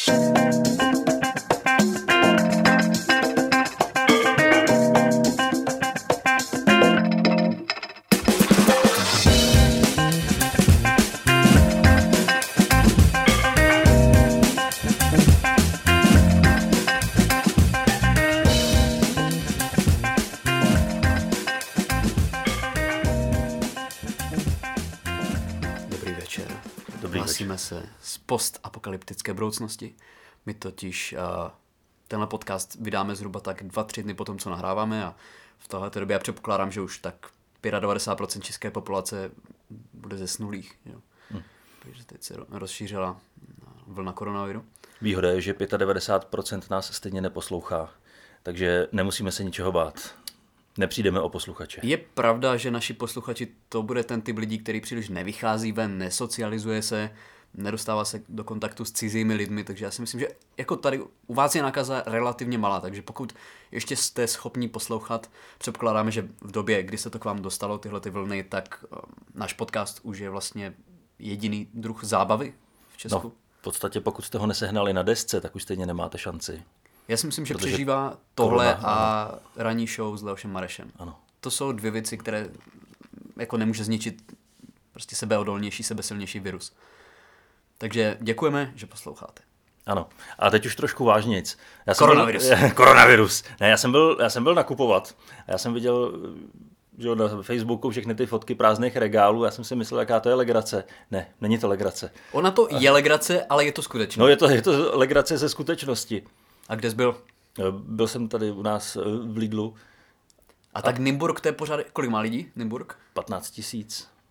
Hlásíme se z postapokalyptické budoucnosti. My totiž tenhle podcast vydáme zhruba tak 2-3 dny po tom, co nahráváme, a v této době já předpokládám, že už tak 95% české populace bude zesnulých. Jo. Takže teď se rozšířila vlna koronaviru. Výhoda je, že 95% nás stejně neposlouchá, takže nemusíme se ničeho bát. Nepřijdeme o posluchače. Je pravda, že naši posluchači to bude ten typ lidí, který příliš nevychází ven, nesocializuje se, nedostává se do kontaktu s cizími lidmi, takže já si myslím, že jako tady u vás je nákaza relativně malá, takže pokud ještě jste schopni poslouchat, předpokládáme, že v době, kdy se to k vám dostalo, tyhle ty vlny, tak náš podcast už je vlastně jediný druh zábavy v Česku. No, v podstatě pokud jste ho nesehnali na desce, tak už stejně nemáte šanci. Já si myslím, že přežívá tohle a ranní show s Leošem Marešem. Ano. To jsou dvě věci, které jako nemůže zničit prostě sebeodolnější, sebesilnější virus. Takže děkujeme, že posloucháte. Ano. A teď už trošku vážnějc. Koronavirus. Ne, já jsem byl nakupovat. A já jsem viděl, že na Facebooku všechny ty fotky prázdných regálů. Já jsem si myslel, jaká to je legrace. Ne, není to legrace. Ona to je legrace, ale je to skutečné. No, je to legrace ze skutečnosti. A kde jsi byl? Byl jsem tady u nás v Lidlu. A tak Nymburk, to je pořád, kolik má lidí Nymburk? 15 000.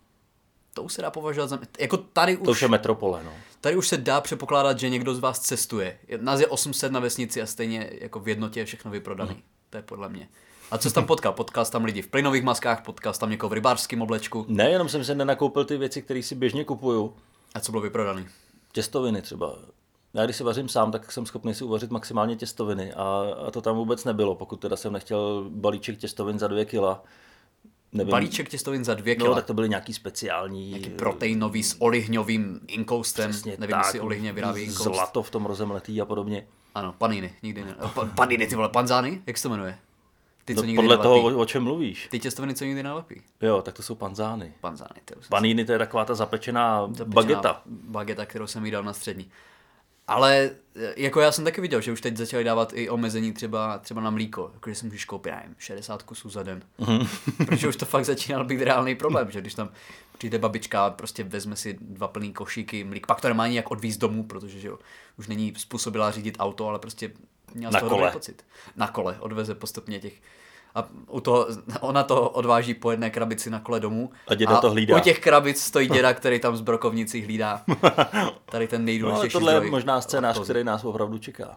To už se dá považovat za, jako tady už. To už je metropole, no. Tady už se dá předpokládat, že někdo z vás cestuje. Nás je 800 na vesnici a stejně jako v jednotě je všechno vyprodaný. To je podle mě. A co jsi tam potkal? Potkal jsi tam lidi v plynových maskách, potkal jsi tam někoho v rybářském oblečku? Ne, jenom jsem se nenakoupil ty věci, které si běžně kupuju. A co bylo vyprodaný? Těstoviny třeba. Já když si vařím sám, tak jsem schopný si uvařit maximálně těstoviny a to tam vůbec nebylo, pokud teda jsem nechtěl balíček těstovin za 2 kila. Nevím. Balíček těstovin za 2 kila? No, tak to byly nějaký speciální. Nějaký proteinový s olihňovým inkoustem. Přesně nevím, tak, jestli olihně vyrábí inkoust. Zlato v tom rozemletý a podobně. Ano, paniny, nikdy ne. Paniny, ty vole, panzány? Jak se to jmenuje? Ty, co podle toho, o čem mluvíš. Ty těstoviny, co nikdy nelepí. Jo, tak to jsou panzány. Panzány. Paniny, to je taková ta zapečená bageta. Bageta, kterou jsem jí dal na střední. Ale jako já jsem taky viděl, že už teď začali dávat i omezení třeba na mlíko, jakože si můžeš koupit, nevím, 60 kusů za den. Protože už to fakt začínal být reálný problém, že když tam přijde babička, prostě vezme si 2 plný košíky mlík, pak to nemá nijak odvízt domů, protože že jo, už není způsobila řídit auto, ale prostě měla z toho dobrý pocit. Na kole odveze postupně těch. A u toho, ona to odváží po jedné krabici na kole domů. A děda to hlídá. U těch krabic stojí děda, který tam z brokovnicí hlídá. Tady ten nejdůležitější tohle je možná scénář, který nás opravdu čeká.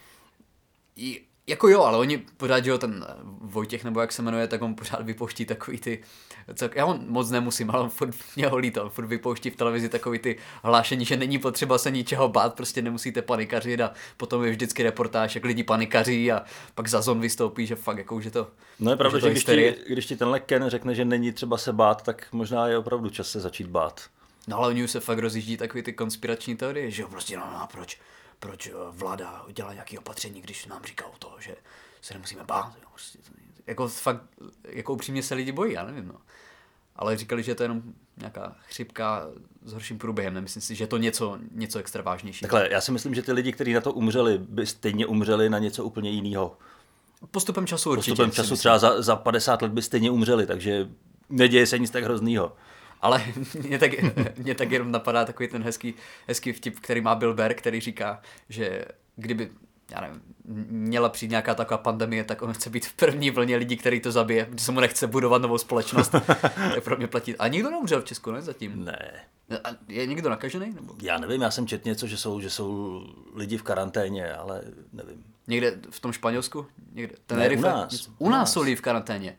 Jako jo, ale oni pořád, že jo, ten Vojtěch, nebo jak se jmenuje, tak on pořád vypouští takový ty, já ho moc nemusím, ale on furt mě ho líto, on furt vypouští v televizi takový ty hlášení, že není potřeba se ničeho bát, prostě nemusíte panikařit, a potom je vždycky reportáž, jak lidi panikaří, a pak Zazon vystoupí, že fakt jako už je to. No je pravda, že když ti tenhle Ken řekne, že není třeba se bát, tak možná je opravdu čas se začít bát. No ale oni už se fakt rozjíždí takový ty konspirační teorie, že jo, prostě proč vláda dělá nějaké opatření, když nám říká to, že se nemusíme bát. Jako fakt, jako upřímně se lidi bojí, já nevím, no. Ale říkali, že to je jenom nějaká chřipka s horším průběhem, nemyslím si, že je to něco extra vážnější. Takhle, já si myslím, že ty lidi, kteří na to umřeli, by stejně umřeli na něco úplně jiného. Postupem času určitě. Postupem času třeba za 50 let by stejně umřeli, takže neděje se nic tak hroznýho. Ale mě tak jenom napadá takový ten hezký vtip, který má Bill Burr, který říká, že kdyby, já nevím, měla přijít nějaká taková pandemie, tak on chce být v první vlně lidí, který to zabije, protože se mu nechce budovat novou společnost. Tak pro mě platí. A nikdo neumřel v Česku, ne? Zatím. Ne. A je někdo nakažený? Nebo? Já nevím, já jsem četl něco, že jsou lidi v karanténě, ale nevím. Někde v tom Španělsku? Někde? Ne, u nás jsou lidi v karanténě.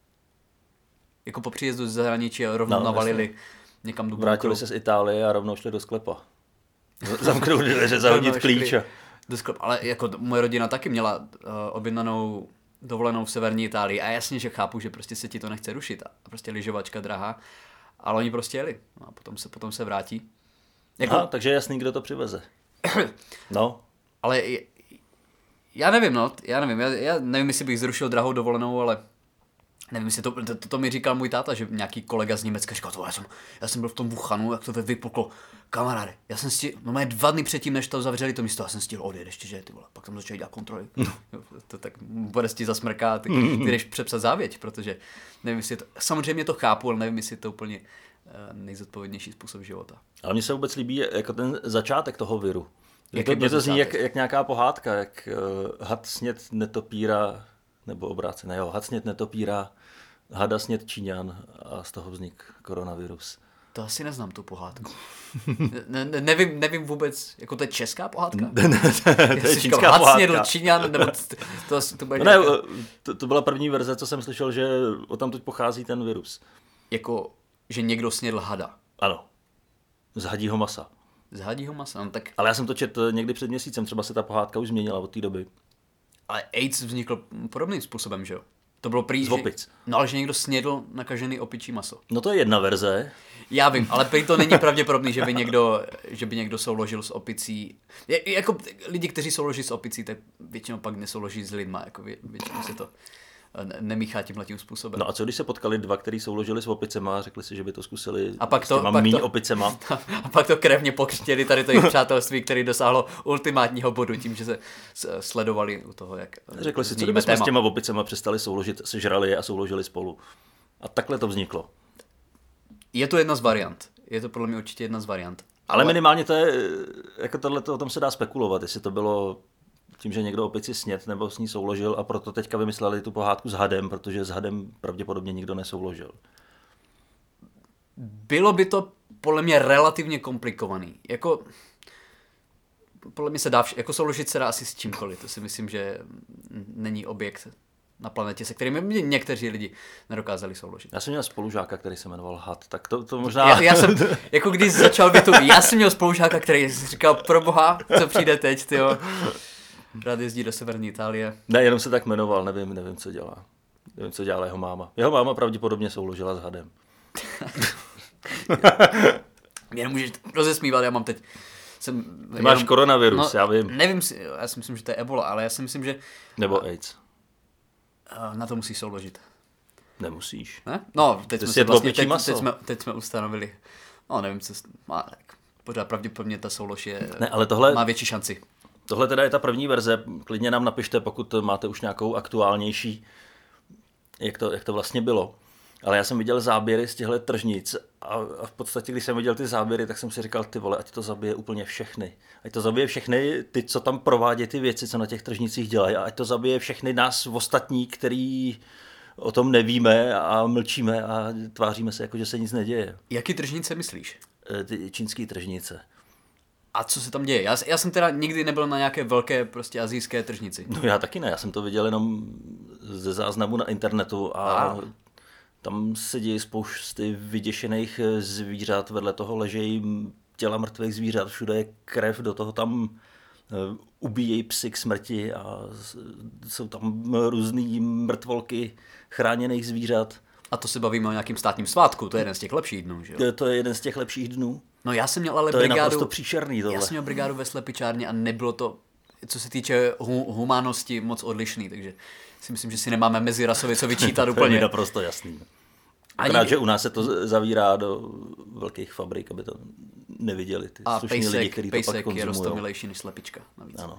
Jako po příjezdu z zahraničí a rovnou navalili někam do bunkru. Vrátili se z Itálie a rovnou šli do sklepa. Zamknou dveře, zahodit klíč. Ale jako moje rodina taky měla objednanou dovolenou v severní Itálii a jasně, že chápu, že prostě se ti to nechce rušit a prostě lyžovačka drahá, ale oni prostě jeli a potom se vrátí. Jako... Aha, takže je jasný, kdo to přiveze. No. Ale já nevím, já nevím, jestli bych zrušil drahou dovolenou, ale nevím, jestli to mi říkal můj táta, že nějaký kolega z Německa říkal, já jsem byl v tom Wuhanu, jak to vypuklo. Kamaráde, já jsem stihl, 2 dny předtím, než to zavřeli to místo, já jsem stihl odjet ještě, že ty vole, pak tam začali dělat kontroly. To tak bude ti zasmrká, ty jdeš přepsat závěť, protože nevím, jestli samozřejmě to chápu, ale nevím, jestli je to úplně nejzodpovědnější způsob života. Ale mně se vůbec líbí jako ten začátek toho viru. Jaký to zní jak nějaká pohádka, jak had sněd netopíra, nebo obráceně, had sněd netopíra, hada sněd Číňan a z toho vznik koronavirus. To asi neznám, tu pohádku. Nevím vůbec, jako to je česká pohádka? To je čínská pohádka. Číňan, nebo to bude ne, to byla první verze, co jsem slyšel, že odtamtud pochází ten virus. Jako, že někdo snědl hada. Ano, z hadího masa. Z hadího masa, no tak... Ale já jsem to četl někdy před měsícem, třeba se ta pohádka už změnila od té doby. Ale AIDS vznikl podobným způsobem, že jo? To bylo prý, z opic. No ale že někdo snědl nakažený opičí maso. No to je jedna verze. Já vím, ale prý to není pravděpodobný, že by někdo souložil s opicí. Jako lidi, kteří souloží s opicí, tak většinou pak nesouloží s lidma, jako většinou se to nemíchá tímhletím způsobem. No a co když se potkali 2, kteří souložili s opicema a řekli si, že by to zkusili a pak s těma míň opicema? A pak to krevně pokřtěli tady to jejich přátelství, který dosáhlo ultimátního bodu tím, že se sledovali u toho, jak... Řekli si, co kdyby jsme s těma opicema přestali souložit, sežrali je a souložili spolu. A takhle to vzniklo. Je to jedna z variant. Je to podle mě určitě jedna z variant. Ale minimálně to je, jako tohleto, o tom se dá spekulovat, jestli to bylo tím, že někdo opici sněd nebo s ní souložil a proto teďka vymysleli tu pohádku s hadem, protože s hadem pravděpodobně nikdo nesouložil. Bylo by to podle mě relativně komplikovaný. Jako podle mě se dá, jako souložit se dá asi s čímkoliv. To si myslím, že není objekt na planetě, se kterými někteří lidi nedokázali souložit. Já jsem měl spolužáka, který se jmenoval Had, tak to možná... Já jsem, jako když začal být já jsem měl spolužáka, který si říkal, proboha, co přijde teď, tyjo. Rád jezdí do severní Itálie. Ne, jenom se tak jmenoval, nevím, co dělá. Nevím, co dělala jeho máma. Jeho máma pravděpodobně souložila s hadem. Mě nemůžeš rozesmívat, já mám teď... Ty máš koronavirus, já vím. Nevím, já si myslím, že to je ebola, ale já si myslím, že... Nebo AIDS. Na to musíš souložit. Nemusíš. Ne? No, teď jsme ustanovili. No, nevím, co má, tak pořád pravděpodobně ta soulož má větší šanci. Tohle teda je ta první verze, klidně nám napište, pokud máte už nějakou aktuálnější, jak to vlastně bylo. Ale já jsem viděl záběry z těchto tržnic a v podstatě, když jsem viděl ty záběry, tak jsem si říkal, ty vole, ať to zabije úplně všechny. Ať to zabije všechny ty, co tam provádějí ty věci, co na těch tržnicích dělají, a ať to zabije všechny nás ostatní, který o tom nevíme a mlčíme a tváříme se, jako že se nic neděje. Jaký tržnice myslíš? Ty čínský tržnice. A co se tam děje? Já jsem teda nikdy nebyl na nějaké velké prostě asijské tržnici. No já taky ne, já jsem to viděl jenom ze záznamu na internetu a tam sedí spousty vyděšených zvířat, vedle toho ležejí těla mrtvých zvířat, všude je krev, do toho tam ubíjejí psy k smrti a jsou tam různý mrtvolky chráněných zvířat. A to se bavíme o nějakým státním svátku, to je jeden z těch lepších dnů, že jo? To je jeden z těch lepších dnů. No já jsem měl ale to brigádu... je naprosto příšerný tohle. Já jsem měl brigádu ve slepičárně a nebylo to, co se týče humánosti, moc odlišný, takže si myslím, že si nemáme mezirasově co vyčítat úplně. To je naprosto jasný. Akorát, že u nás se to zavírá do velkých fabrik, aby to neviděli ty slušní lidi, kteří to pak konzumují. A pejsek je roztomilejší než slepička navíc. Ano.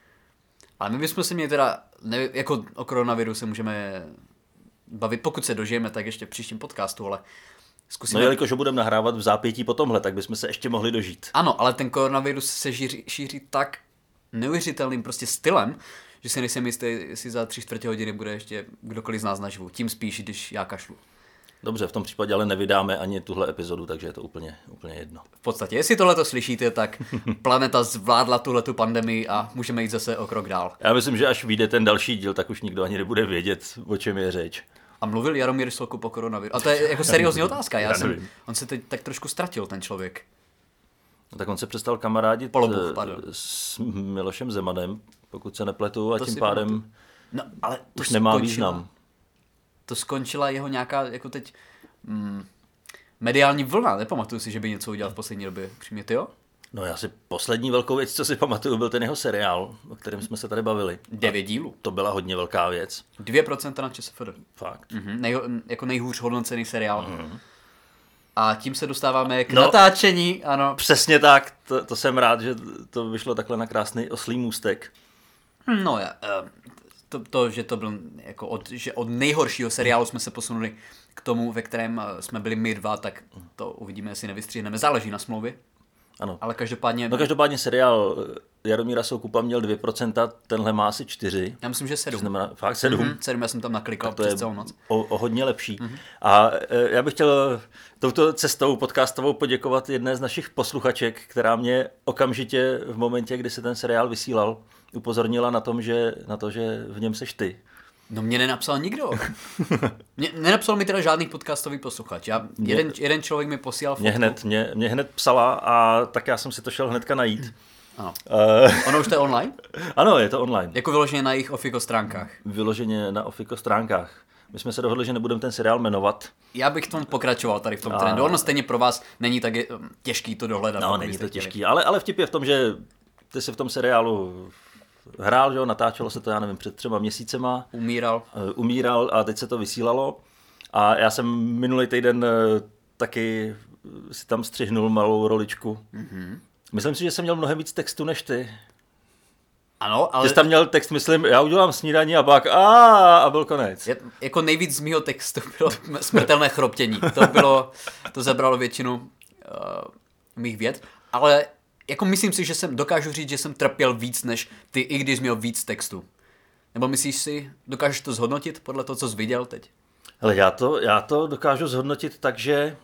Ale my bychom se měli teda, jako o koronaviru se můžeme bavit, pokud se dožijeme, tak ještě v příštím podcastu, ale zkusíme... No jelikož ho budeme nahrávat v zápětí po tomhle, tak bychom se ještě mohli dožít. Ano, ale ten koronavirus se šíří tak neuvěřitelným prostě stylem, že si nejsem jistý, jestli za 3/4 hodiny bude ještě kdokoliv z nás naživu. Tím spíš, když já kašlu. Dobře, v tom případě ale nevydáme ani tuhle epizodu, takže je to úplně jedno. V podstatě, jestli tohleto slyšíte, tak planeta zvládla tuhletu pandemii a můžeme jít zase o krok dál. Já myslím, že až vyjde ten další díl, tak už nikdo ani nebude vědět, o čem je řeč. A mluvil Jaromír Soukup o koronaviru. A to je jako seriózní otázka. On se teď tak trošku ztratil, ten člověk. No, tak on se přestal kamarádit s Milošem Zemanem, pokud se nepletu, a tím pádem ale už nemá význam. To skončila jeho nějaká, jako teď, mediální vlna. Nepamatuju si, že by něco udělal v poslední době. Přímě ty jo? No já si poslední velkou věc, co si pamatuju, byl ten jeho seriál, o kterém jsme se tady bavili. 9 dílů. To byla hodně velká věc. 2% na ČSFD. Fakt. Jako nejhůř hodnocený seriál. A tím se dostáváme k natáčení, ano. Přesně tak, to jsem rád, že to vyšlo takhle na krásný oslý můstek. No, že to byl jako že od nejhoršího seriálu jsme se posunuli k tomu, ve kterém jsme byli my dva, tak to uvidíme, jestli nevystříhneme. Záleží na smlouvě. Ano. Ale každopádně... No každopádně seriál Jaromíra Soukupa měl 2%, tenhle má asi 4. Já myslím, že 7. Znamená, fakt 7? 7, já jsem tam naklikal to přes je celou noc. O hodně lepší. A já bych chtěl touto cestou podcastovou poděkovat jedné z našich posluchaček, která mě okamžitě v momentě, kdy se ten seriál vysílal, upozornila na to, že v něm seš ty. No mě nenapsal nikdo. Nenapsal mi teda žádný podcastový posluchač. Jeden člověk mi posílal fotku. Mě hned psala a tak já jsem si to šel hnedka najít. Ano. Ono už to je online? Ano, je to online. Jako vyloženě na jejich Ofiko stránkách. Vyloženě na Ofiko stránkách. My jsme se dohodli, že nebudeme ten seriál jmenovat. Já bych tomu pokračoval tady v tom trendu. Ono stejně pro vás není tak těžký to dohledat. No, není to těžký, ale vtip je v tom, že ty jsi v tom seriálu hrál, že jo, natáčelo se to, já nevím, před 3 měsícema. Umíral a teď se to vysílalo. A já jsem minulý týden taky si tam střihnul malou roličku. Mm-hmm. Myslím si, že jsem měl mnohem víc textu než ty. Ano, ale... Ty jsi tam měl text, myslím, já udělám snídaní a pak a byl konec. Jako nejvíc z mýho textu bylo smrtelné chroptění. To zabralo většinu mých vět, ale jako myslím si, že dokážu říct, že jsem trpěl víc než ty, i když jsi měl víc textu. Nebo myslíš si, dokážeš to zhodnotit podle toho, co jsi viděl teď? Hele, já to dokážu zhodnotit tak, že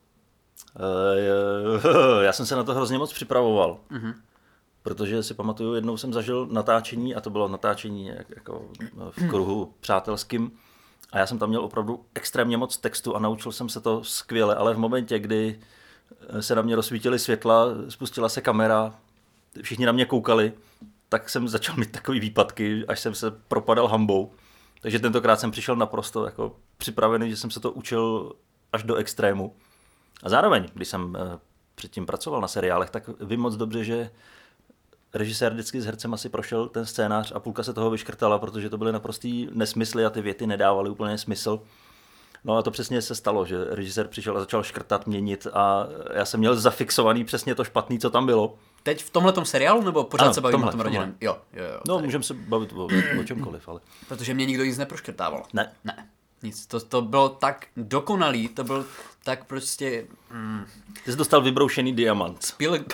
já jsem se na to hrozně moc připravoval. Mm-hmm. Protože si pamatuju, jednou jsem zažil natáčení a to bylo natáčení jako v kruhu přátelským a já jsem tam měl opravdu extrémně moc textu a naučil jsem se to skvěle, ale v momentě, kdy se na mě rozsvítily světla, spustila se kamera, všichni na mě koukali, tak jsem začal mít takový výpadky, až jsem se propadal hanbou. Takže tentokrát jsem přišel naprosto jako připravený, že jsem se to učil až do extrému. A zároveň, když jsem předtím pracoval na seriálech, tak vím moc dobře, že režisér vždycky s hercem asi prošel ten scénář a půlka se toho vyškrtala, protože to byly naprostý nesmysly a ty věty nedávaly úplně smysl. No a to přesně se stalo, že režisér přišel a začal škrtat, měnit a já jsem měl zafixovaný přesně to špatný, co tam bylo. Teď v tomhletom seriálu, nebo pořád se bavíme o tom rodinném? Jo. No, můžeme se bavit o čemkoliv, ale... Protože mě nikdo nic neproškrtával. Ne. Nic. To bylo tak dokonalý, to byl tak prostě... Ty jsi dostal vybroušený diamant.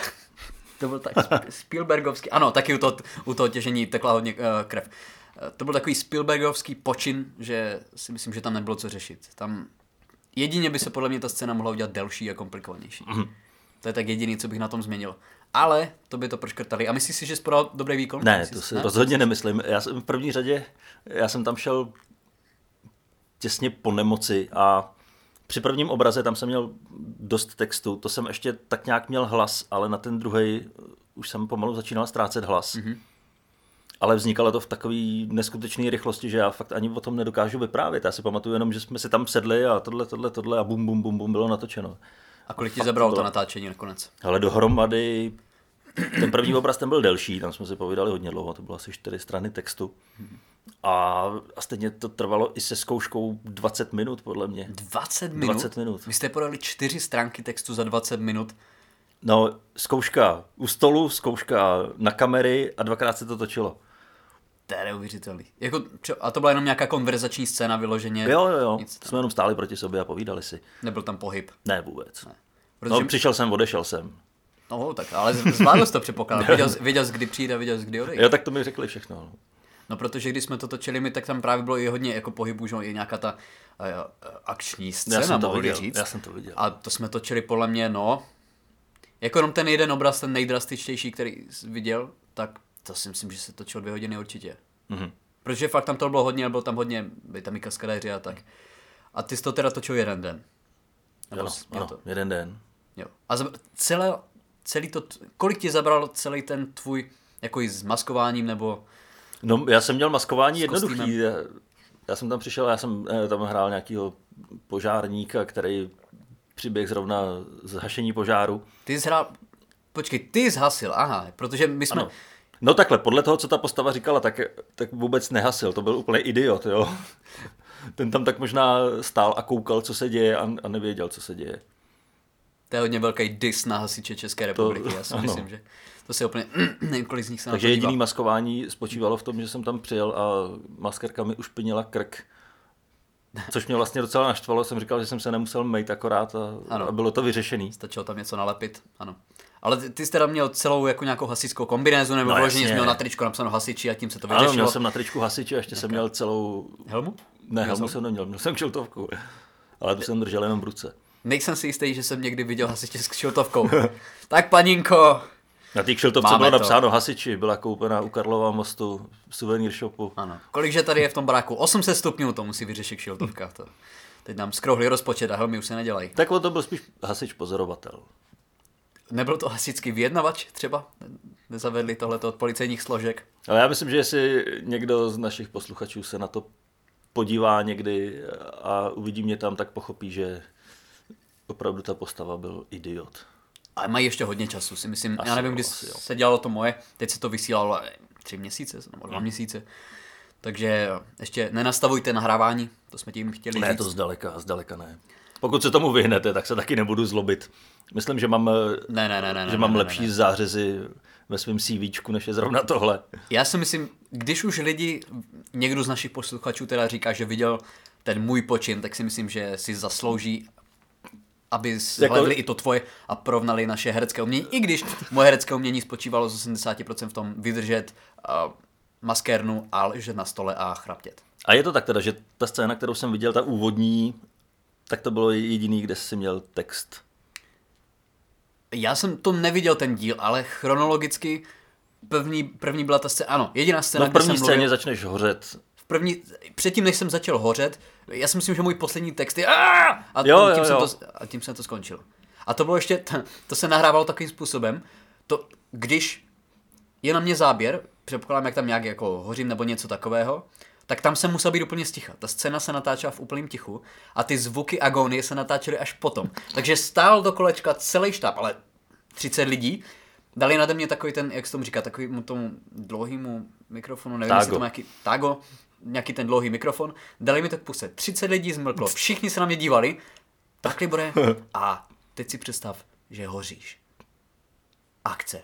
To byl tak Spielbergovský, ano, taky u toho těžení tekla hodně krev. To byl takový Spielbergovský počin, že si myslím, že tam nebylo co řešit. Tam jedině by se podle mě ta scéna mohla udělat delší a komplikovanější. Mm-hmm. To je tak jediný, co bych na tom změnil. Ale to by to proškrtali. A myslíš si, že jsi podal dobrý výkon? Ne, to si rozhodně nemyslím. Já jsem v první řadě, já jsem tam šel těsně po nemoci a při prvním obraze tam jsem měl dost textu, to jsem ještě tak nějak měl hlas, ale na ten druhej už jsem pomalu začínal ztrácet hlas. Mm-hmm. Ale vznikalo to v takové neskutečné rychlosti, že já fakt ani o tom nedokážu vyprávět. Já si pamatuju jenom, že jsme si tam sedli a tohle a bum bylo natočeno. A kolik ti zabralo to natáčení nakonec? Ale dohromady, ten první obraz ten byl delší, tam jsme si povídali hodně dlouho, to bylo asi 4 strany textu. A stejně to trvalo i se zkouškou 20 minut, podle mě. 20 minut? 20 minut. Vy jste podali 4 stránky textu za 20 minut? No, zkouška u stolu, zkouška na kamery a 2krát se to točilo. To je neuvěřitelný. A to byla jenom nějaká konverzační scéna vyloženě? Jo. Jsme jenom stáli proti sobě a povídali si. Nebyl tam pohyb? Ne, vůbec. Ne. Protože... No, přišel jsem, odešel jsem. No, tak, ale zvládl jsi to předpokládám. Věděl jsi, kdy přijde a věděl jsi, kdy odejde. Jo, tak to mi řekli všechno. No, protože když jsme to točili my, tak tam právě bylo i hodně jako pohybu, že i nějaká ta akční scéna, mohli říct. Já jsem to viděl. A to jsme točili podle mě, jako jenom ten jeden obraz, ten nejdrastičtější, který jsi viděl, tak to si myslím, že se točilo 2 hodiny určitě. Mm-hmm. Protože fakt tam to bylo hodně, bylo tam hodně, byly tam i kaskadéři a tak. A ty jsi to teda točil jeden den. Ano, jeden den. Jo. A celý to, kolik ti zabral celý ten tvůj, jako i s maskováním, nebo... No, já jsem měl maskování jednoduchý. Já jsem tam přišel, já jsem tam hrál nějakýho požárníka, který přiběh zrovna z hašení požáru. Ty jsi hrál Počkej, ty zhasil, aha, protože my jsme... Ano. No takhle, podle toho, co ta postava říkala, tak vůbec nehasil, to byl úplně idiot, jo. Ten tam tak možná stál a koukal, co se děje a nevěděl, co se děje. To je hodně velký dis na hasiče České republiky, já si myslím, že to se úplně, nevím, kolik z nich se na to Takže dívá. jediný maskování spočívalo v tom, že jsem tam přijel a maskerka mi ušpinila krk. Což mě vlastně docela naštvalo, jsem říkal, že jsem se nemusel mejt akorát a bylo to vyřešený. Stačilo tam něco nalepit, ano. Ale ty jsi teda měl celou jako nějakou hasičskou kombinézu, nebo vloženě jsi měl na tričko napsáno hasiči a tím se to vyřešilo? Ano, měl jsem na tričku hasiči a ještě jsem měl celou... Helmu? Ne, helmu jsem neměl, měl jsem kšiltovku, ale tu jsem držel jenom v ruce. Nejsem si jistý, že jsem někdy viděl hasiče s kšiltovkou. Tak paninko! Na té kšiltovce bylo napsáno hasiči, byla koupena u Karlova mostu v suvenýr shopu. Ano. Kolikže tady je v tom baráku? 800 stupňů, to musí vyřešit kšiltovka. To. Teď nám skrouhli rozpočet a helmy už se nedělají. Tak to byl spíš hasič pozorovatel. Nebyl to hasičský vyjednavač třeba? Nezavedli tohleto od policejních složek? Ale já myslím, že jestli někdo z našich posluchačů se na to podívá někdy a uvidí mě tam, tak pochopí, že opravdu ta postava byl idiot. Ale mají ještě hodně času, si myslím. Asi já nevím, kdy jo. se dělalo to moje, teď se to vysílalo 3 měsíce nebo 2 měsíce. Takže ještě nenastavujte nahrávání, to jsme tím chtěli Ne, říct. to zdaleka ne. Pokud se tomu vyhnete, tak se taky nebudu zlobit. Myslím, že mám, mám lepší zářezy ve svém CVčku, než je zrovna tohle. Já si myslím, když už někdo z našich posluchačů teda říká, že viděl ten můj počin, tak si myslím, že si zaslouží, aby zhlédli i to tvoje a porovnali naše herecké umění. I když moje herecké umění spočívalo z 80% v tom vydržet maskérnu a ležet na stole a chraptět. A je to tak teda, že ta scéna, kterou jsem viděl, ta úvodní, tak to bylo jediný, kde jsi měl text. Já jsem to neviděl ten díl, ale chronologicky první byla ta scéna, ano, jediná scéna, v první scéně začneš hořet. Předtím, než jsem začal hořet, já si myslím, že můj poslední text je a tím jsem to skončil. A to bylo ještě, to se nahrávalo takovým způsobem, když je na mě záběr, předpokládám, jak tam nějak jako hořím nebo něco takového, tak tam jsem musel být úplně sticha. Ta scéna se natáčela v úplném tichu a ty zvuky agonie se natáčely až potom. Takže stál do kolečka celý štáb, ale 30 lidí, dali nade mě takový ten, jak se tomu říká, takový tomu dlouhýmu mikrofonu, nevím, jestli to má nějaký ten dlouhý mikrofon, dali mi to k puse. 30 lidí zmlklo, všichni se na mě dívali, takhle bude a teď si představ, že hoříš. Akce.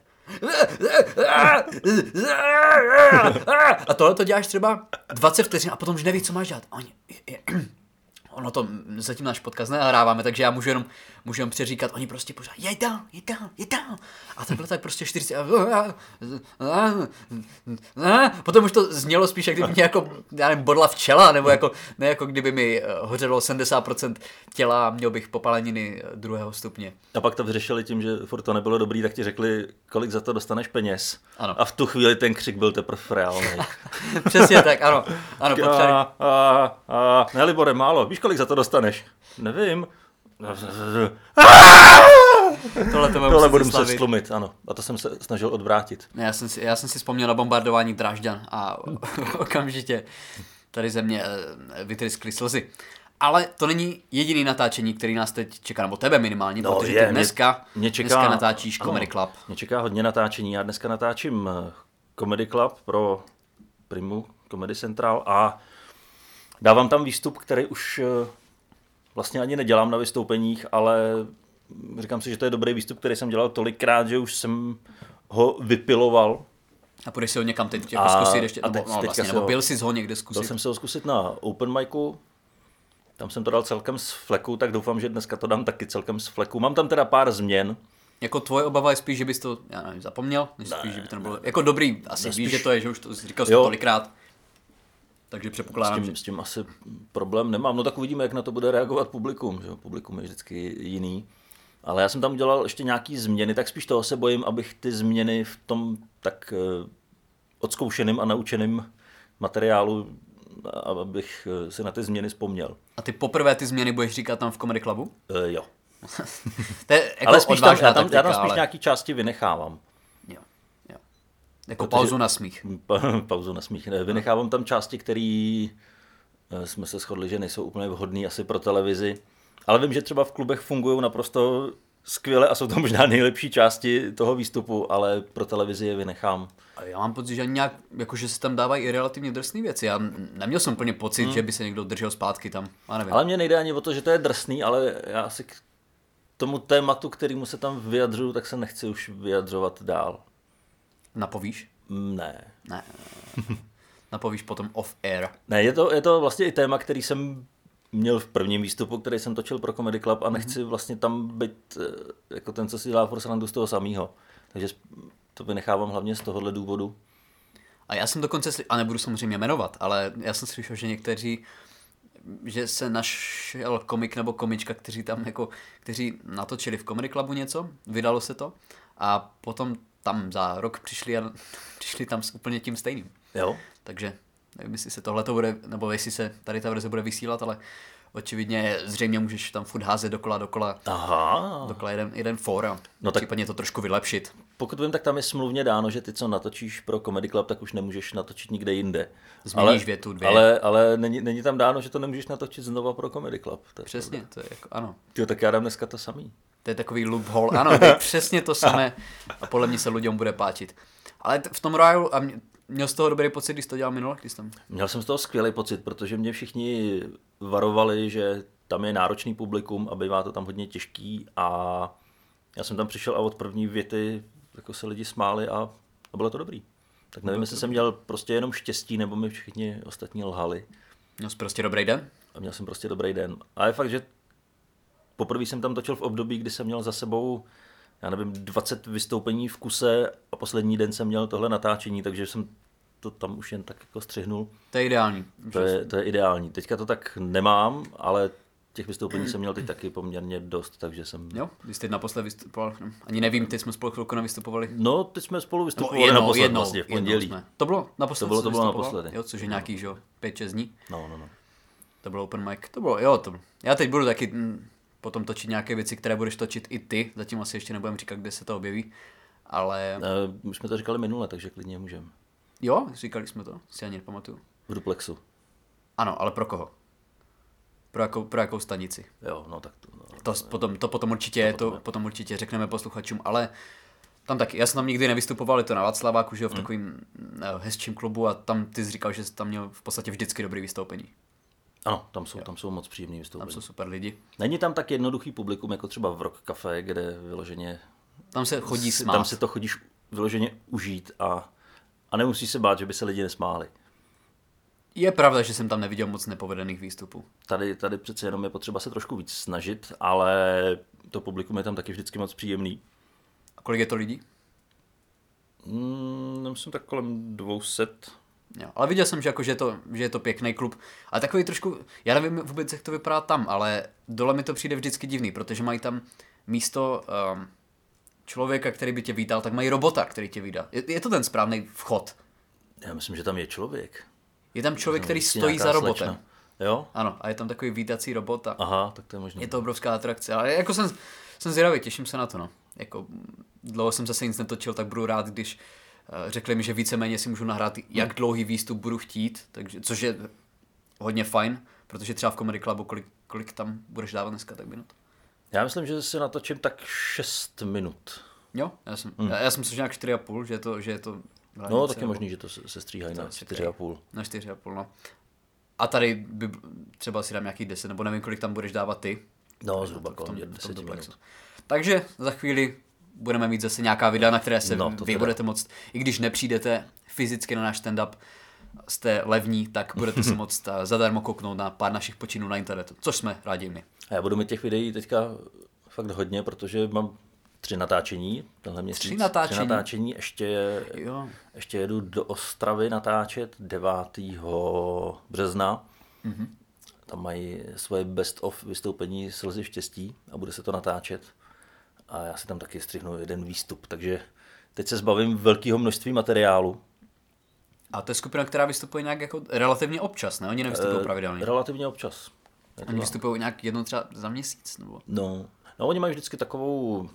A tohle to děláš třeba 20 vteřin a potom už nevíš, co máš dělat. Ono to, zatím náš podcast nahráváme, takže já můžu jenom přeříkat, oni prostě pořád, jeď dál. A takhle tak prostě 40. Potom už to znělo spíš, jak kdyby mě jako, já nevím, bodla včela, nebo jako, ne jako kdyby mi hořelo 70% těla a měl bych popaleniny 2. stupně. A pak to vyřešili tím, že furt to nebylo dobrý, tak ti řekli, kolik za to dostaneš peněz. Ano. A v tu chvíli ten křik byl teprve reálný. Přesně tak, ano. Ne, Libore, málo. Víš, kolik za to dostaneš? Nevím. Tohle budu muset stlumit, ano. A to jsem se snažil odvrátit. Já jsem si vzpomněl na bombardování Drážďan a okamžitě tady ze mě vytryskly slzy. Ale to není jediný natáčení, který nás teď čeká, nebo tebe minimálně, protože ty dneska natáčíš Comedy Club. Mě čeká hodně natáčení. Já dneska natáčím Comedy Club pro Primu Comedy Central a dávám tam výstup, který už vlastně ani nedělám na vystoupeních, ale říkám si, že to je dobrý výstup, který jsem dělal tolikrát, že už jsem ho vypiloval. A půjdeš si ho někam teď jako zkusit ještě, nebo byl jsi ho někde zkusit? Byl jsem se ho zkusit na open micu, tam jsem to dal celkem z fleku, tak doufám, že dneska to dám taky celkem z fleku. Mám tam teda pár změn. Jako tvoje obava je spíš, že bys to, já nevím, zapomněl? Spíš, že by to nebylo, jako dobrý, asi víš, že to je, že už to říkal jsi to tolikrát. Takže předpokládám, s tím asi problém nemám. No tak uvidíme, jak na to bude reagovat publikum. Že? Publikum je vždycky jiný. Ale já jsem tam udělal ještě nějaký změny, tak spíš toho se bojím, abych ty změny v tom tak odzkoušeným a naučeným materiálu, abych si na ty změny vzpomněl. A ty poprvé ty změny budeš říkat tam v Comedy Clubu? Jo. To je jako ale spíš já tam spíš ale... nějaký části vynechávám. Jo. Jako pauzu na smích. Pauzu na smích. Vynechávám tam části, které jsme se shodli, že nejsou úplně vhodné asi pro televizi. Ale vím, že třeba v klubech fungují naprosto skvěle a jsou to možná nejlepší části toho výstupu, ale pro televizi je vynechám. A já mám pocit, že ani nějak, jakože se tam dávají i relativně drsné věci. Já neměl jsem plně pocit, že by se někdo držel zpátky tam. Já nevím. Ale mně nejde ani o to, že to je drsný, ale já si k tomu tématu, kterému se tam vyjadřuju, tak se nechci už vyjadřovat dál. Napovíš? Ne. Ne. Napovíš potom off-air. Ne, je to vlastně i téma, který jsem měl v prvním výstupu, který jsem točil pro Comedy Club a nechci vlastně tam být jako ten, co si dělá for srandu z toho samého. Takže to vynechávám hlavně z tohohle důvodu. A já jsem dokonce, a nebudu samozřejmě jmenovat, ale já jsem slyšel, že někteří, že se našel komik nebo komička, kteří natočili v Comedy Clubu něco, vydalo se to a potom tam za rok přišli tam s úplně tím stejným. Jo? Takže nevím, jestli se tohleto bude, nebo jestli se tady ta verze bude vysílat, ale očividně zřejmě můžeš tam furt házet dokola jeden fóra. No tak případně to trošku vylepšit. Pokud vím, tak tam je smluvně dáno, že ty, co natočíš pro Comedy Club, tak už nemůžeš natočit nikde jinde. Změníš větu, dvě. Ale není tam dáno, že to nemůžeš natočit znova pro Comedy Club. To přesně, to je jako, ano. Tyjo, tak já dám dneska to samý. To je takový loophole, ano, to je přesně to samé a podle mě se lidem bude páčit. Ale v tom Royal, a měl z toho dobrý pocit, když to dělal minule, když tam? Měl jsem z toho skvělý pocit, protože mě všichni varovali, že tam je náročný publikum a bývá to tam hodně těžký a já jsem tam přišel a od první věty jako se lidi smáli a bylo to dobrý. Tak nevím, jestli jsem měl prostě jenom štěstí, nebo mi všichni ostatní lhali. Měl jsi prostě dobrý den? A měl jsem prostě dobrý den. A je fakt, že poprvé jsem tam točil v období, kdy jsem měl za sebou, já nevím, 20 vystoupení v kuse a poslední den jsem měl tohle natáčení, takže jsem to tam už jen tak jako střihnul. To je ideální. To je ideální. Teďka to tak nemám, ale těch vystoupení jsem měl teď taky poměrně dost, takže jsem... Jo, když jsi naposled vystupoval, ani nevím, ty jsme spolu chvilku nevystupovali. No, teď jsme spolu vystupovali naposled vlastně v pondělí. To bylo naposled. To bylo naposledy. Jo, což je nějaký, že jo, 5-6 dní. No. To bylo open mic. To bylo, jo, já teď budu taky potom točit nějaké věci, které budeš točit i ty. Zatím asi ještě nebudem říkat, kde se to objeví, ale... My jsme to říkali minule, takže klidně můžeme. Jo, říkali jsme to, si ani nepamatuju. V duplexu. Ano, ale pro koho? Pro jakou stanici? Jo, no tak to... To potom určitě řekneme posluchačům, ale tam taky, já jsem tam nikdy nevystupoval, je to na Václaváku, že jo, v takovým hezčím klubu a tam ty jsi říkal, že jsi tam měl v podstatě vždycky dobrý vystoupení. Ano, tam jsou moc příjemný vystoupení. Tam jsou super lidi. Není tam tak jednoduchý publikum, jako třeba v Rock Café, kde vyloženě... Tam se chodí smát. Tam se to chodíš vyloženě užít a nemusíš se bát, že by se lidi nesmáli. Je pravda, že jsem tam neviděl moc nepovedených výstupů. Tady přece jenom je potřeba se trošku víc snažit, ale to publikum je tam taky vždycky moc příjemný. A kolik je to lidí? Myslím tak kolem 200. Jo, ale viděl jsem, že je to pěkný klub. Ale takový trošku, já nevím vůbec, jak to vypadá tam, ale dole mi to přijde vždycky divný, protože mají tam místo člověka, který by tě vítal, tak mají robota, který tě vydá. Je to ten správný vchod? Já myslím, že tam je člověk. Je tam člověk, který stojí za robotem. Slečna. Jo? Ano, a je tam takový vítací robot. Aha, tak to je možné. Je to obrovská atrakce, ale jako jsem zvědavý, těším se na to, no. Jako dlouho jsem zase nic netočil, tak budu rád, když řekli mi, že víceméně si můžu nahrát, jak dlouhý výstup budu chtít, takže, což je hodně fajn, protože třeba v Comedy Clubu, kolik tam budeš dávat dneska, tak minut? Já myslím, že si natočím tak 6 minut. Jo, já jsem si nějak 4,5, že je to no, tak je možný, že to se stříhají na 4,5. Na 4,5, no. A tady by třeba si dám nějaký 10, nebo nevím, kolik tam budeš dávat ty. No, zhruba kolem 10 minut. Takže za chvíli budeme mít zase nějaká videa, na které se vy budete moct, i když nepřijdete fyzicky na náš stand-up, jste levní, tak budete se moct zadarmo kouknout na pár našich počinů na internetu, což jsme rádi my. A já budu mít těch videí teďka fakt hodně, protože mám 3 natáčení tenhle měsíc. 3 natáčení. Ještě jedu do Ostravy natáčet 9. března. Mm-hmm. Tam mají svoje best of vystoupení Slzy štěstí a bude se to natáčet. A já si tam taky střihnu jeden výstup, takže teď se zbavím velkého množství materiálu. A to je skupina, která vystupuje nějak jako relativně občas, ne? Oni nevystupují pravidelně. Relativně občas. Oni vystupují nějak jednou třeba za měsíc, nebo? No, oni mají vždycky takovou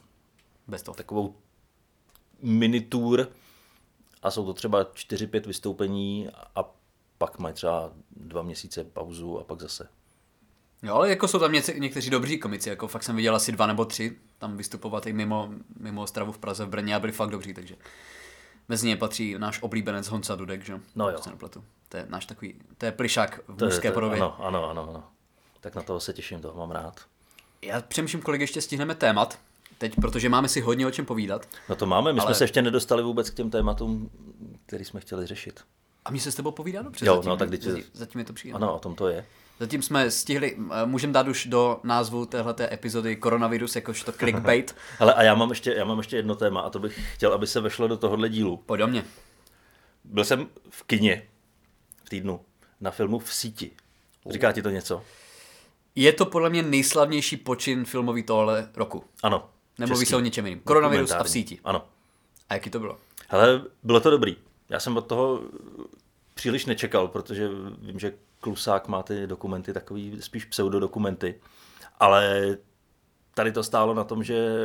mini tour a jsou to třeba 4-5 vystoupení a pak mají třeba 2 měsíce pauzu a pak zase. Jo, ale jako jsou tam někteří dobří komici, jako fakt jsem viděl asi 2 nebo 3 tam vystupovat i mimo Ostravu v Praze, v Brně a byli fakt dobří, takže mezi ně patří náš oblíbenec Honza Dudek, že? No jo. To je náš takový, to je plišák v mužské podobě. Ano. Tak na toho se těším, toho mám rád. Já přemýšlím, kolik ještě stihneme témat teď, protože máme si hodně o čem povídat. No to máme, my jsme se ještě nedostali vůbec k těm tématům, který jsme chtěli řešit. A mě se s tebou povídá dobře. Jo, zatím, no tak zatím je to příjemné. Ano, o tom to je. Zatím jsme stihli, můžeme dát už do názvu téhleté epizody koronavirus, jakožto clickbait. Hele, a já mám ještě jedno téma a to bych chtěl, aby se vešlo do tohohle dílu. Pojď do mě. Byl jsem v kině v týdnu na filmu V síti. Říká ti to něco? Je to podle mě nejslavnější počin filmový tohle roku. Ano. Nemluví se o ničem jiným. Koronavirus a V síti. Ano. A jaký to bylo? Hele, bylo to dobrý. Já jsem od toho příliš nečekal, protože vím, že Klusák má ty dokumenty takový spíš pseudodokumenty, ale tady to stálo na tom, že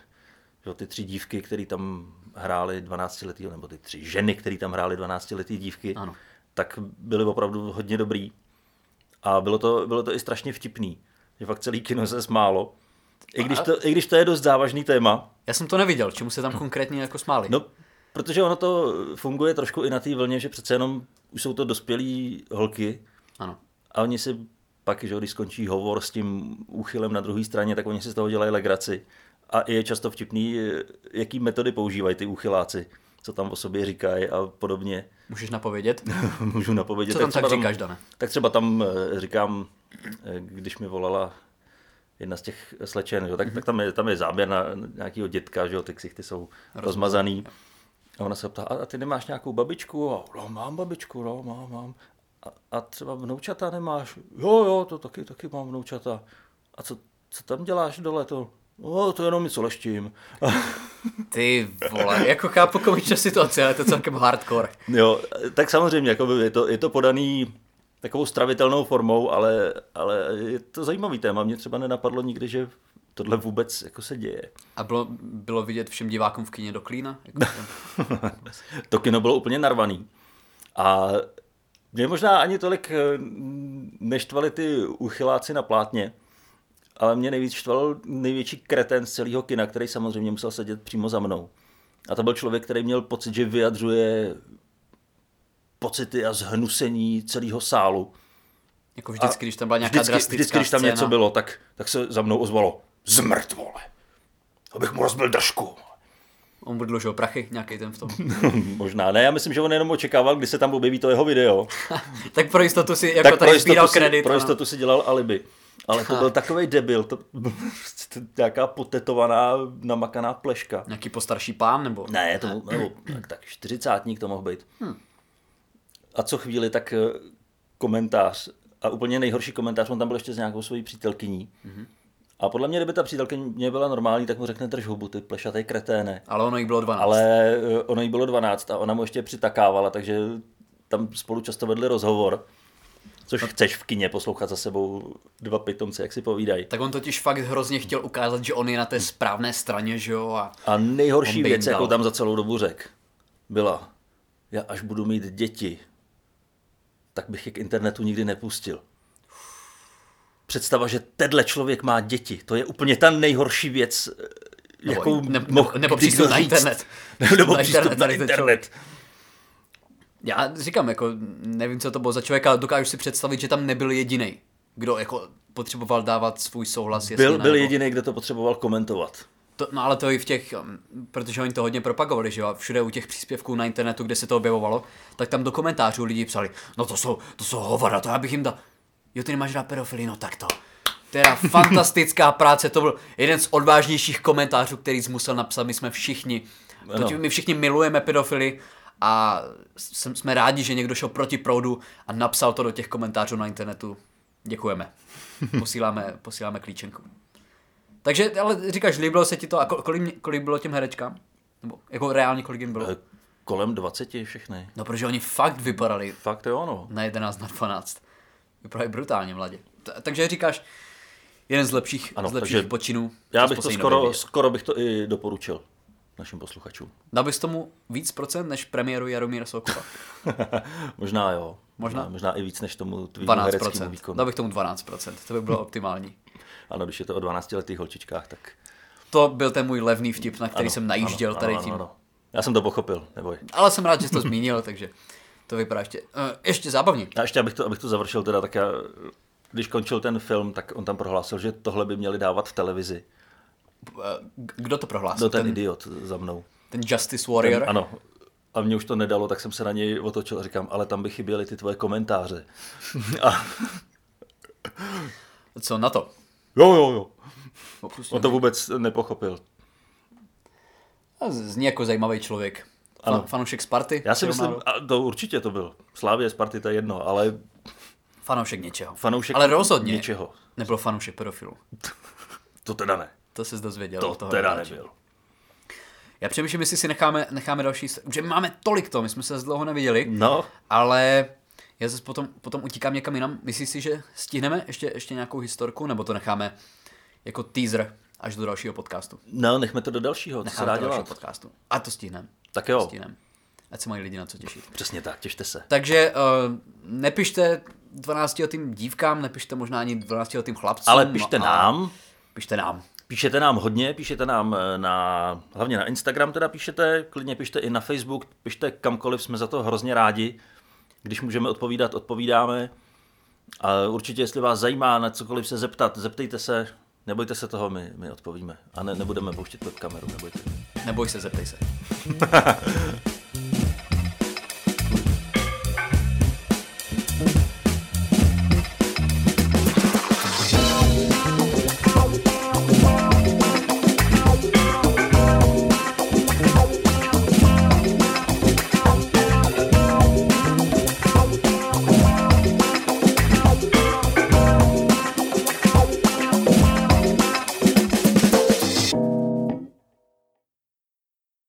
ty 3 dívky, které tam hrály 12letý, nebo ty 3 ženy, které tam hrály 12letý dívky, ano. Tak byly opravdu hodně dobrý. A bylo to i strašně vtipný, že fakt celý kino se smálo. I když to je dost závažný téma. Já jsem to neviděl, čemu se tam konkrétně jako smáli. No, protože ono to funguje trošku i na té vlně, že přece jenom už jsou to dospělý holky. Ano. A oni si pak, že když skončí hovor s tím úchylem na druhé straně, tak oni si z toho dělají legraci. A je často vtipný, jaký metody používají ty úchyláci, co tam o sobě říkají a podobně. Můžeš napovědět? Můžu napovědět. Co tam tak říkáš, Dane? Tak třeba tam říkám, když mi volala jedna z těch slečen, že, tak tam je záběr na nějakého dětka, že ty ksichty jsou rozmazaný. A ona se ptá, a ty nemáš nějakou babičku? A no, mám babičku, no, mám. A třeba vnoučata nemáš? Jo, to taky mám vnoučata. A co tam děláš dole? No, to jenom něco leštím. Ty vole, jako chápu komičnou situaci, ale je to celkem hardcore. Jo, tak samozřejmě, jako je to podaný takovou stravitelnou formou, ale je to zajímavý téma. Mě třeba nenapadlo nikdy, že tohle vůbec jako se děje. A bylo vidět všem divákům v kině do klína? To kino bylo úplně narvaný. A mě možná ani tolik neštvali ty uchyláci na plátně, ale mě nejvíc štval největší kretén z celého kina, který samozřejmě musel sedět přímo za mnou. A to byl člověk, který měl pocit, že vyjadřuje pocity a zhnusení celého sálu. Jako vždycky, když tam byla nějaká drastická vždycky, když tam scéna. něco bylo, tak se za mnou ozvalo zmrt, vole. Abych mu rozbil držku. On buď dlužil prachy, nějaký ten v tom. Možná ne, já myslím, že on jenom očekával, kdy se tam objeví to jeho video. Tak pro jistotu si jako tady sbíral kredit. Pro jistotu si dělal alibi. Ale to byl takovej debil, to byl nějaká potetovaná, namakaná pleška. Nějaký postarší pán, nebo? Ne, nebo tak 40 to mohl být. A co chvíli, tak komentář. A úplně nejhorší komentář, on tam byl ještě s nějakou svojí přítelkyní. A podle mě, kdyby ta přítelkyně byla normální, tak mu řekne drž hubu, ty plešatej kreténe. Ale ono jí bylo 12. Ale ono jí bylo 12 a ona mu ještě přitakávala, takže tam spolu často vedli rozhovor. Což chceš v kině poslouchat za sebou 2 pitomce, jak si povídají. Tak on totiž fakt hrozně chtěl ukázat, že on je na té správné straně, že jo. A nejhorší věc, jakou tam za celou dobu řekl, byla, já až budu mít děti, tak bych je k internetu nikdy nepustil. Představa, že tenhle člověk má děti, to je úplně ta nejhorší věc, jakou nebo přístup na internet. Nebo přístup na internet. Já říkám, jako nevím, co to bylo za člověka, ale dokážu si představit, že tam nebyl jediný, kdo jako potřeboval dávat svůj souhlas. Byl jediný, kdo to potřeboval komentovat. No ale to i v těch, protože oni to hodně propagovali, že jo, všude u těch příspěvků na internetu, kde se to objevovalo, tak tam do komentářů lidi psali, no to jsou hovada, to já bych jim dal. Jo, ty nemáš rád pedofily, no tak to. Teda fantastická práce, to byl jeden z odvážnějších komentářů, který jsi musel napsat, my jsme všichni, my všichni milujeme pedofily a jsme rádi, že někdo šel proti proudu a napsal to do těch komentářů na internetu. Děkujeme. Posíláme klíčenku. Takže, ale říkáš, líbilo se ti to a kolik bylo těm herečkám? Nebo jako reálně kolik jim bylo? Kolem 20 všechny. No, protože oni fakt vypadali. Fakt jo, no. Na 11, na 12. Vypadají brutálně mladě. Takže říkáš, jeden z lepších počinů. Já bych to skoro bych to i doporučil našim posluchačům. Dal bys tomu víc procent než premiéru Jaromíra Sokova? Možná jo. Možná? Možná i víc než tomu tvýmu hereckému výkonu. Dal bych tomu 12%, to by bylo optimální. Ano, když je to o 12letých holčičkách, tak... To byl ten můj levný vtip, na který jsem najížděl tady tím. Ano. Já jsem to pochopil, neboj. Ale jsem rád, že jsi to zmínil, takže to vypadá ještě zábavně. A ještě, abych to završil teda, tak já, když končil ten film, tak on tam prohlásil, že tohle by měli dávat v televizi. Kdo to prohlásil? Ten idiot za mnou. Ten Justice Warrior? Ano. A mě už to nedalo, tak jsem se na něj otočil a říkám, ale tam by chyběly ty tvoje komentáře. A... Co na to? Jo. On to vůbec nepochopil. Zní jako zajímavý člověk. Fanoušek Sparty? Já si myslím, to určitě to byl. Slávě, Sparty, to je jedno, ale... Fanoušek něčeho. Ale rozhodně něčeho. Nebyl fanoušek pedofilu. To teda ne. To jsi dozvěděl. To teda nebyl. Já přemýšlím, jestli si necháme další... Že máme tolik to, my jsme se dlouho neviděli. No. Ale já zase potom utíkám někam jinam. Myslíš si, že stihneme ještě nějakou historku, nebo to necháme jako teaser až do dalšího podcastu? No, nechme to do dalšího, co se dá dělat. Podcastu. A to stihneme. Tak jo. Ať se mají lidi na co těšit. Přesně tak, těšte se. Takže nepište 12letým dívkám, nepište možná ani 12letým chlapcům. Ale pište nám. Pište nám. Píšete nám hodně, píšete nám hlavně na Instagram teda píšete, klidně pište i na Facebook, pište kamkoliv, jsme za to hrozně rádi. Když můžeme odpovídat, odpovídáme. A určitě, jestli vás zajímá na cokoliv se zeptat, zeptejte se, nebojte se toho, my odpovíme. A nebudeme pouštět pod kameru, nebojte. Neboj se, zeptej se.